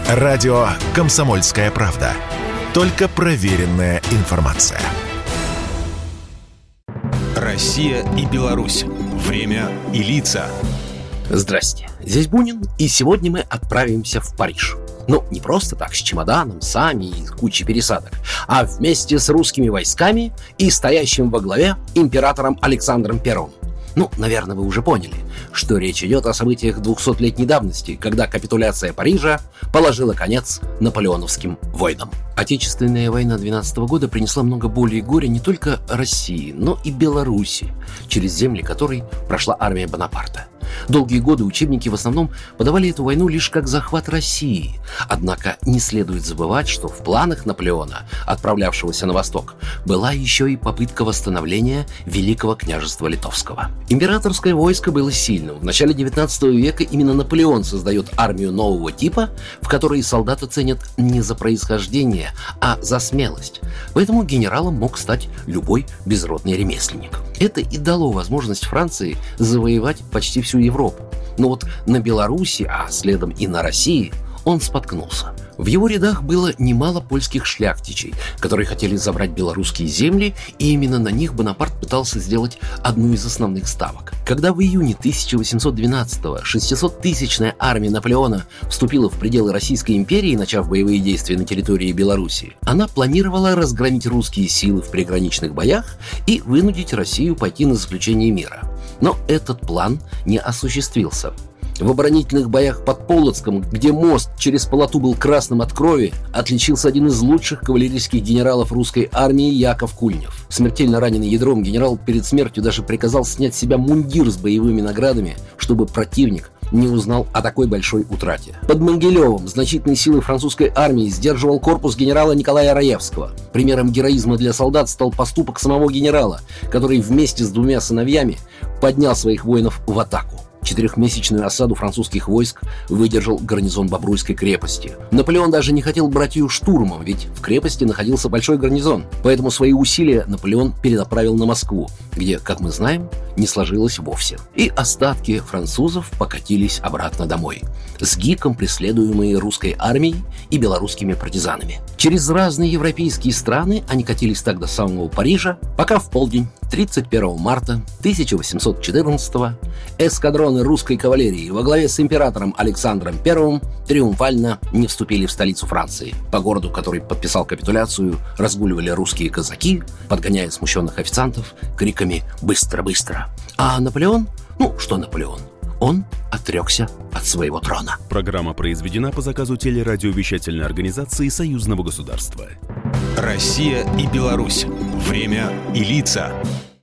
Радио «Комсомольская правда». Только проверенная информация. Россия и Беларусь. Время и лица. Здрасте, здесь Бунин, и сегодня мы отправимся в Париж. Ну, не просто так, с чемоданом, сами и кучей пересадок, а вместе с русскими войсками и стоящим во главе императором Александром I. Ну, наверное, вы уже поняли, что речь идет о событиях 200-летней давности, когда капитуляция Парижа положила конец наполеоновским войнам. Отечественная война 12 года принесла много боли и горя не только России, но и Беларуси, через земли которой прошла армия Бонапарта. Долгие годы учебники в основном подавали эту войну лишь как захват России. Однако не следует забывать, что в планах Наполеона, отправлявшегося на восток, была еще и попытка восстановления Великого княжества Литовского. Императорское войско было сильным. В начале 19 века именно Наполеон создает армию нового типа, в которой солдата ценят не за происхождение, а за смелость. Поэтому генералом мог стать любой безродный ремесленник. Это и дало возможность Франции завоевать почти всю Европу. Но вот на Беларуси, а следом и на России, он споткнулся. В его рядах было немало польских шляхтичей, которые хотели забрать белорусские земли, и именно на них Бонапарт пытался сделать одну из основных ставок. Когда в июне 1812-го 600-тысячная армия Наполеона вступила в пределы Российской империи, начав боевые действия на территории Белоруссии, она планировала разгромить русские силы в приграничных боях и вынудить Россию пойти на заключение мира. Но этот план не осуществился. В оборонительных боях под Полоцком, где мост через полоту был красным от крови, отличился один из лучших кавалерийских генералов русской армии Яков Кульнев. Смертельно раненый ядром генерал перед смертью даже приказал снять с себя мундир с боевыми наградами, чтобы противник не узнал о такой большой утрате. Под Могилевым значительные силы французской армии сдерживал корпус генерала Николая Раевского. Примером героизма для солдат стал поступок самого генерала, который вместе с двумя сыновьями поднял своих воинов в атаку. 4-месячную осаду французских войск выдержал гарнизон Бобруйской крепости. Наполеон даже не хотел брать ее штурмом, ведь в крепости находился большой гарнизон. Поэтому свои усилия Наполеон перенаправил на Москву, где, как мы знаем, не сложилось вовсе. И остатки французов покатились обратно домой, с гиком преследуемые русской армией и белорусскими партизанами. Через разные европейские страны они катились так до самого Парижа, пока в полдень 31 марта 1814-го эскадроны русской кавалерии во главе с императором Александром I триумфально не вступили в столицу Франции. По городу, который подписал капитуляцию, разгуливали русские казаки, подгоняя смущенных официантов криками «Быстро-быстро!». А Наполеон? Ну, что Наполеон? Он отрекся от своего трона. Программа произведена по заказу телерадиовещательной организации Союзного государства. Россия и Беларусь. Время и лица.